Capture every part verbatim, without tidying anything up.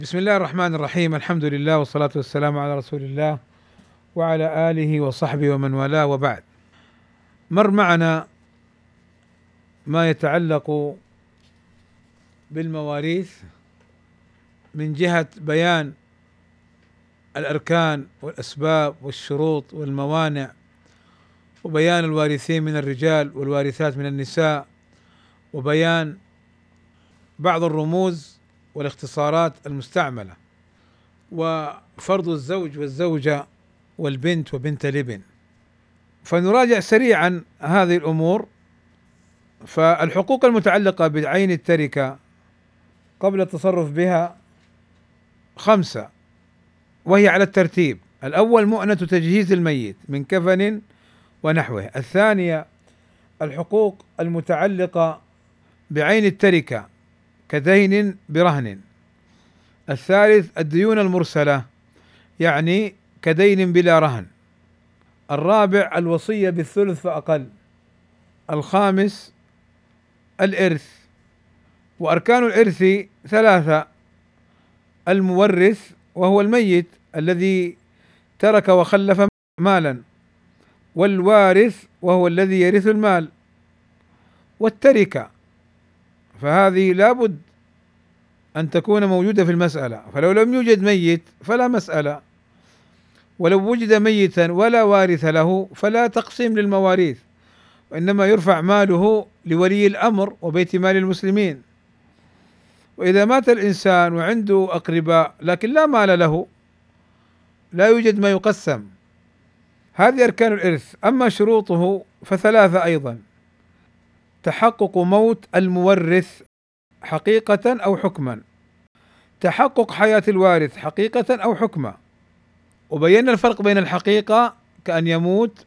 بسم الله الرحمن الرحيم، الحمد لله والصلاة والسلام على رسول الله وعلى آله وصحبه ومن والاه، وبعد. مر معنا ما يتعلق بالمواريث من جهة بيان الأركان والأسباب والشروط والموانع، وبيان الوارثين من الرجال والوارثات من النساء، وبيان بعض الرموز والاختصارات المستعملة، وفرض الزوج والزوجة والبنت وبنت الابن. فنراجع سريعا هذه الأمور. فالحقوق المتعلقة بعين التركة قبل التصرف بها خمسة، وهي على الترتيب: الأول مؤنة تجهيز الميت من كفن ونحوه. الثانية الحقوق المتعلقة بعين التركة كدين برهن. الثالث الديون المرسلة، يعني كدين بلا رهن. الرابع الوصية بالثلث فأقل. الخامس الإرث. وأركان الإرث ثلاثة: المورث وهو الميت الذي ترك وخلف مالا، والوارث وهو الذي يرث المال، والتركة، فهذه لابد أن تكون موجودة في المسألة، فلو لم يوجد ميت فلا مسألة، ولو وجد ميتا ولا وارث له فلا تقسيم للمواريث، وإنما يرفع ماله لولي الأمر وبيت مال المسلمين. وإذا مات الإنسان وعنده أقرباء لكن لا مال له، لا يوجد ما يقسم. هذه أركان الإرث. أما شروطه فثلاثة أيضا: تحقق موت المورث حقيقة أو حكما، تحقق حياة الوارث حقيقة أو حكما. وبينا الفرق بين الحقيقة كأن يموت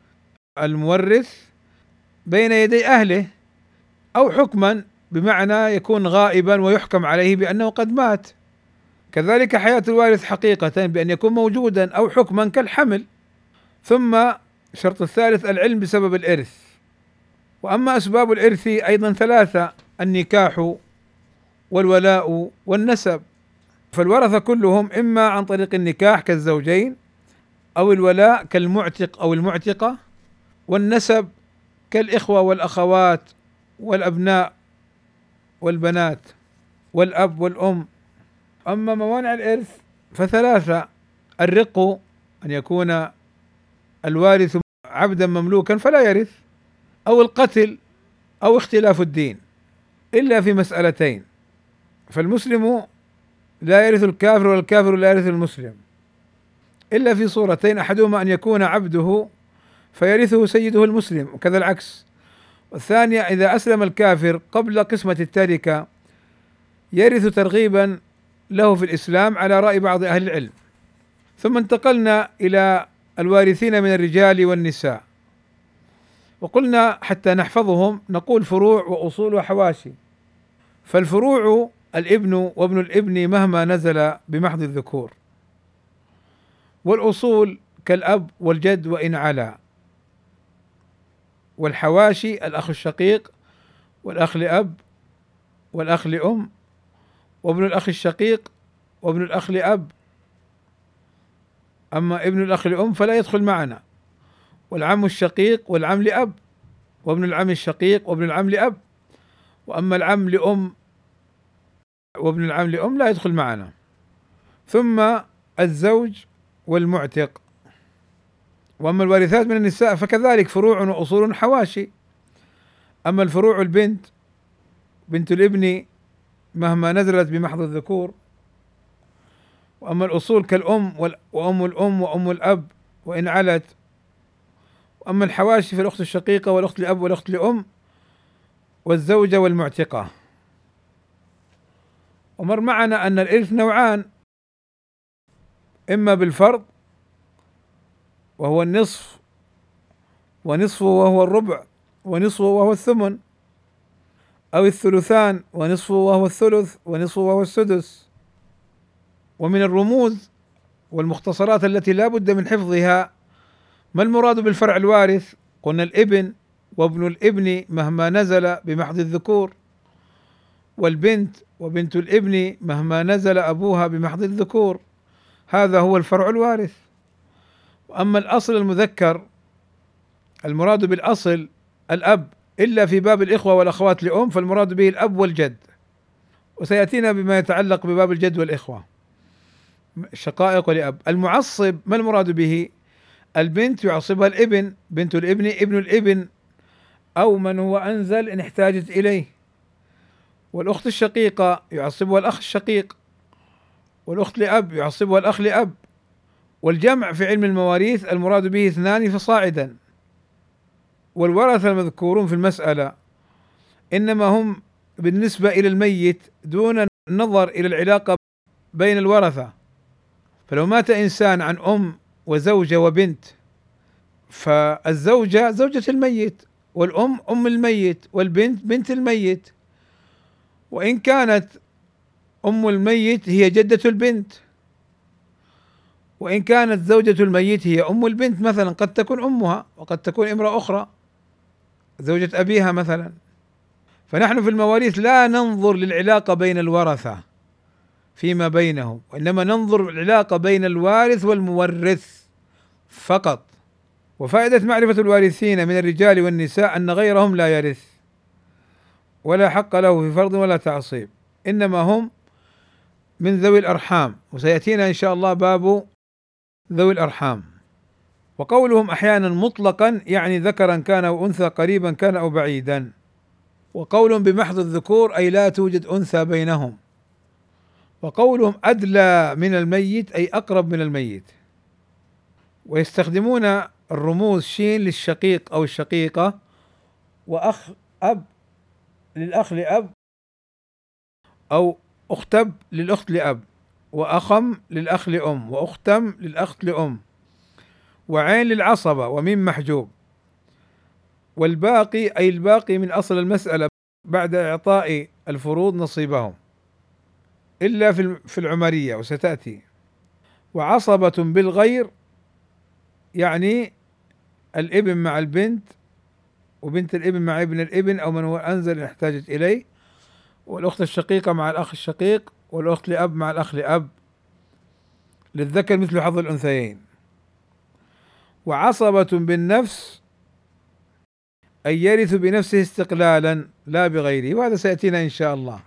المورث بين يدي أهله، أو حكما بمعنى يكون غائبا ويحكم عليه بأنه قد مات. كذلك حياة الوارث حقيقة بأن يكون موجودا، أو حكما كالحمل. ثم الشرط الثالث العلم بسبب الإرث. وأما أسباب الإرث أيضا ثلاثة: النكاح والولاء والنسب. فالورثة كلهم إما عن طريق النكاح كالزوجين، أو الولاء كالمعتق أو المعتقة، والنسب كالإخوة والأخوات والأبناء والبنات والأب والأم. أما موانع الإرث فثلاثة: الرق، أن يكون الوارث عبدا مملوكا فلا يرث، أو القتل، أو اختلاف الدين، إلا في مسألتين: فالمسلم لا يرث الكافر والكافر لا يرث المسلم، إلا في صورتين: أحدهما أن يكون عبده فيرثه سيده المسلم، وكذا العكس. والثانية إذا أسلم الكافر قبل قسمة التركة يرث ترغيبا له في الإسلام على رأي بعض أهل العلم. ثم انتقلنا إلى الوارثين من الرجال والنساء، وقلنا حتى نحفظهم نقول فروع وأصول وحواشي. فالفروع الابن وابن الابن مهما نزل بمحض الذكور، والأصول كالأب والجد وإن علا، والحواشي الأخ الشقيق والأخ لأب والأخ لأم وابن الأخ الشقيق وابن الأخ لأب. أما ابن الأخ لأم فلا يدخل معنا، والعم الشقيق والعم لأب، وابن العم الشقيق وابن العم لأب. وأما العم لأم وابن العم لأم لا يدخل معنا. ثم الزوج والمعتق. وأما الوارثات من النساء فكذلك فروع وأصول حواشي. أما الفروع البنت بنت الابن مهما نزلت بمحض الذكور. وأما الأصول كالأم وأم الأم وأم الأب وإن علت. وأما الحواشي فالأخت الشقيقة والأخت لأب والأخت لأم والزوجة والمعتقة. ومر معنا أن الإرث نوعان: إما بالفرض وهو النصف، ونصفه وهو الربع، ونصفه وهو الثمن، أو الثلثان ونصفه وهو الثلث، ونصفه وهو السدس. ومن الرموز والمختصرات التي لا بد من حفظها: ما المراد بالفرع الوارث؟ قلنا الابن وابن الابن مهما نزل بمحض الذكور، والبنت وبنت الابن مهما نزل أبوها بمحض الذكور، هذا هو الفرع الوارث. وأما الأصل المذكر المراد بالأصل الأب إلا في باب الإخوة والأخوات لأم فالمراد به الأب والجد، وسيأتينا بما يتعلق بباب الجد والإخوة شقائق ولأب. المعصب ما المراد به؟ البنت يعصبها الابن، بنت الابن ابن الابن أو من هو أنزل إن احتاجت إليه. والأخت الشقيقة يعصبها الأخ الشقيق، والأخت لأب يعصبها الأخ لأب. والجمع في علم المواريث المراد به اثنان فصاعدا. والورثة المذكورون في المسألة إنما هم بالنسبة إلى الميت دون النظر إلى العلاقة بين الورثة، فلو مات إنسان عن أم وزوجة وبنت فالزوجة زوجة الميت، والأم أم الميت، والبنت بنت الميت، وإن كانت أم الميت هي جدة البنت، وإن كانت زوجة الميت هي أم البنت مثلا، قد تكون أمها وقد تكون امرأة أخرى زوجة أبيها مثلا. فنحن في المواريث لا ننظر للعلاقة بين الورثة فيما بينهم، وإنما ننظر العلاقة بين الوارث والمورث فقط. وفائدة معرفة الوارثين من الرجال والنساء أن غيرهم لا يرث ولا حق له في فرض ولا تعصيب، إنما هم من ذوي الأرحام، وسيأتينا إن شاء الله باب ذوي الأرحام. وقولهم أحيانا مطلقا يعني ذكرا كان أو أنثى، قريبا كان أو بعيدا. وقولهم بمحض الذكور أي لا توجد أنثى بينهم. وقولهم أدلى من الميت أي أقرب من الميت. ويستخدمون الرموز شين للشقيق أو الشقيقة، وأخ أب للأخ لأب، أو أختب للأخت لأب، وأخم للأخ لأم، وأختم للأخت لأم، وعين للعصبة، وميم محجوب. والباقي أي الباقي من أصل المسألة بعد إعطاء الفروض نصيبهم إلا في في العمرية وستأتي. وعصبة بالغير يعني الابن مع البنت، وبنت الابن مع ابن الابن أو من هو أنزل إن احتاجت إليه، والأخت الشقيقة مع الأخ الشقيق، والأخت لأب مع الأخ لأب، للذكر مثل حظ الأنثيين. وعصبة بالنفس أي يرث بنفسه استقلالا لا بغيره، وهذا سيأتينا إن شاء الله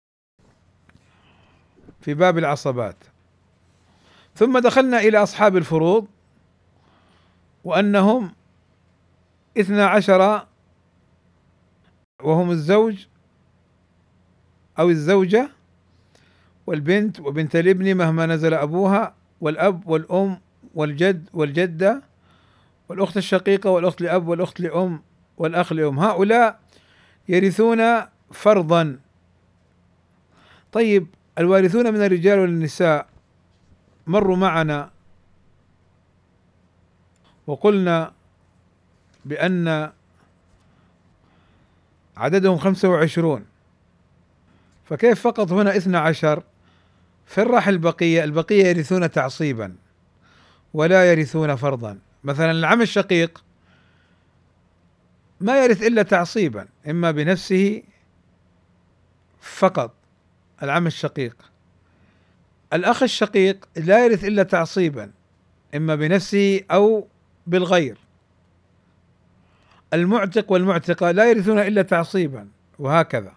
في باب العصبات. ثم دخلنا إلى أصحاب الفروض، وأنهم اثنا عشر، وهم الزوج أو الزوجة والبنت وبنت الابن مهما نزل أبوها، والأب والأم والجد والجدة، والأخت الشقيقة والأخت لأب والأخت لأم والأخ لأم. هؤلاء يرثون فرضا. طيب الوارثون من الرجال والنساء مروا معنا وقلنا بأن عددهم خمسة وعشرون، فكيف فقط هنا اثنا عشر؟ فرح البقية، البقية يرثون تعصيبا ولا يرثون فرضا. مثلا العم الشقيق ما يرث إلا تعصيبا، إما بنفسه فقط العم الشقيق. الأخ الشقيق لا يرث إلا تعصيبا، إما بنفسه أو بالغير. المعتق والمعتقة لا يرثون إلا تعصيبا، وهكذا.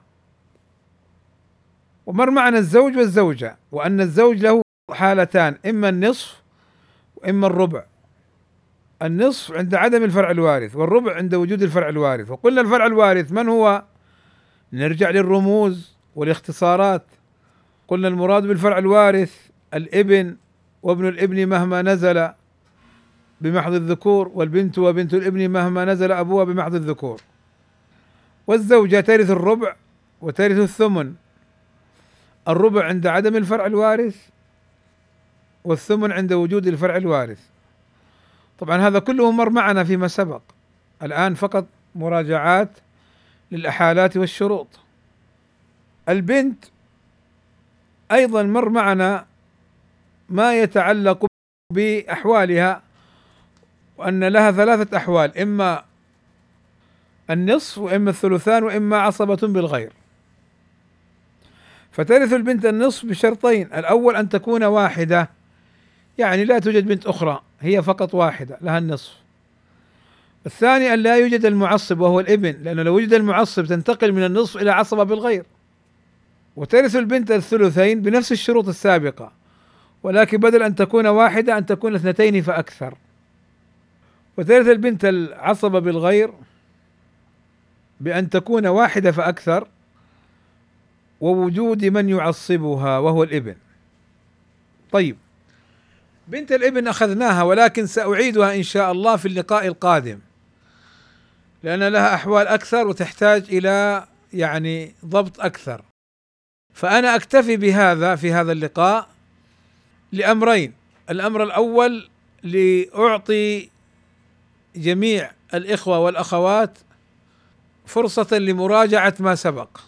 ومر معنا الزوج والزوجة، وأن الزوج له حالتان، إما النصف وإما الربع. النصف عند عدم الفرع الوارث، والربع عند وجود الفرع الوارث. وقلنا الفرع الوارث من هو؟ نرجع للرموز والاختصارات. قلنا المراد بالفرع الوارث الابن وابن الابن مهما نزل بمحض الذكور، والبنت وبنت الابن مهما نزل أبوها بمحض الذكور. والزوجة ترث الربع وترث الثمن، الربع عند عدم الفرع الوارث، والثمن عند وجود الفرع الوارث. طبعا هذا كله مر معنا فيما سبق، الآن فقط مراجعات للأحالات والشروط. البنت أيضا مر معنا ما يتعلق بأحوالها، وأن لها ثلاثة أحوال، إما النصف وإما الثلثان وإما عصبة بالغير. فترث البنت النصف بشرطين: الأول أن تكون واحدة، يعني لا توجد بنت أخرى، هي فقط واحدة لها النصف. الثاني أن لا يوجد المعصب وهو الابن، لأنه لو وجد المعصب تنتقل من النصف إلى عصبة بالغير. وترث البنت الثلثين بنفس الشروط السابقة، ولكن بدل أن تكون واحدة أن تكون اثنتين فأكثر. وترث البنت العصبة بالغير بأن تكون واحدة فأكثر، ووجود من يعصبها وهو الابن. طيب، بنت الابن أخذناها، ولكن سأعيدها إن شاء الله في اللقاء القادم، لأن لها أحوال أكثر وتحتاج إلى يعني ضبط أكثر. فأنا أكتفي بهذا في هذا اللقاء لأمرين: الأمر الأول لأعطي جميع الإخوة والأخوات فرصة لمراجعة ما سبق،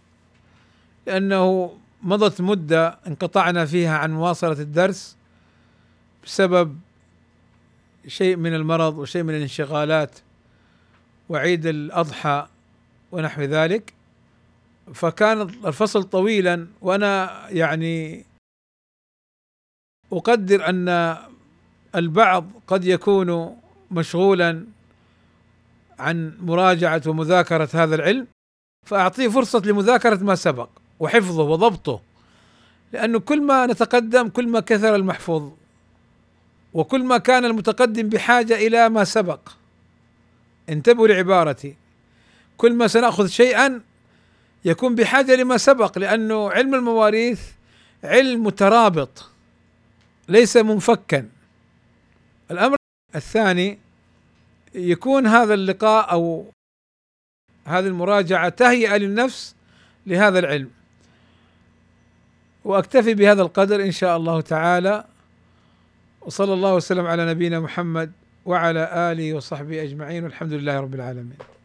لأنه مضت مدة انقطعنا فيها عن مواصلة الدرس بسبب شيء من المرض وشيء من الانشغالات وعيد الأضحى ونحو ذلك، فكان الفصل طويلا، وأنا يعني أقدر أن البعض قد يكون مشغولا عن مراجعة ومذاكرة هذا العلم، فأعطيه فرصة لمذاكرة ما سبق وحفظه وضبطه، لأنه كل ما نتقدم كل ما كثر المحفوظ، وكل ما كان المتقدم بحاجة إلى ما سبق. انتبهوا لعبارتي، كل ما سنأخذ شيئا يكون بحاجة لما سبق، لأنه علم المواريث علم مترابط ليس منفكا. الأمر الثاني، يكون هذا اللقاء أو هذه المراجعة تهيئة للنفس لهذا العلم. وأكتفي بهذا القدر إن شاء الله تعالى، وصلى الله وسلم على نبينا محمد وعلى آله وصحبه أجمعين، والحمد لله رب العالمين.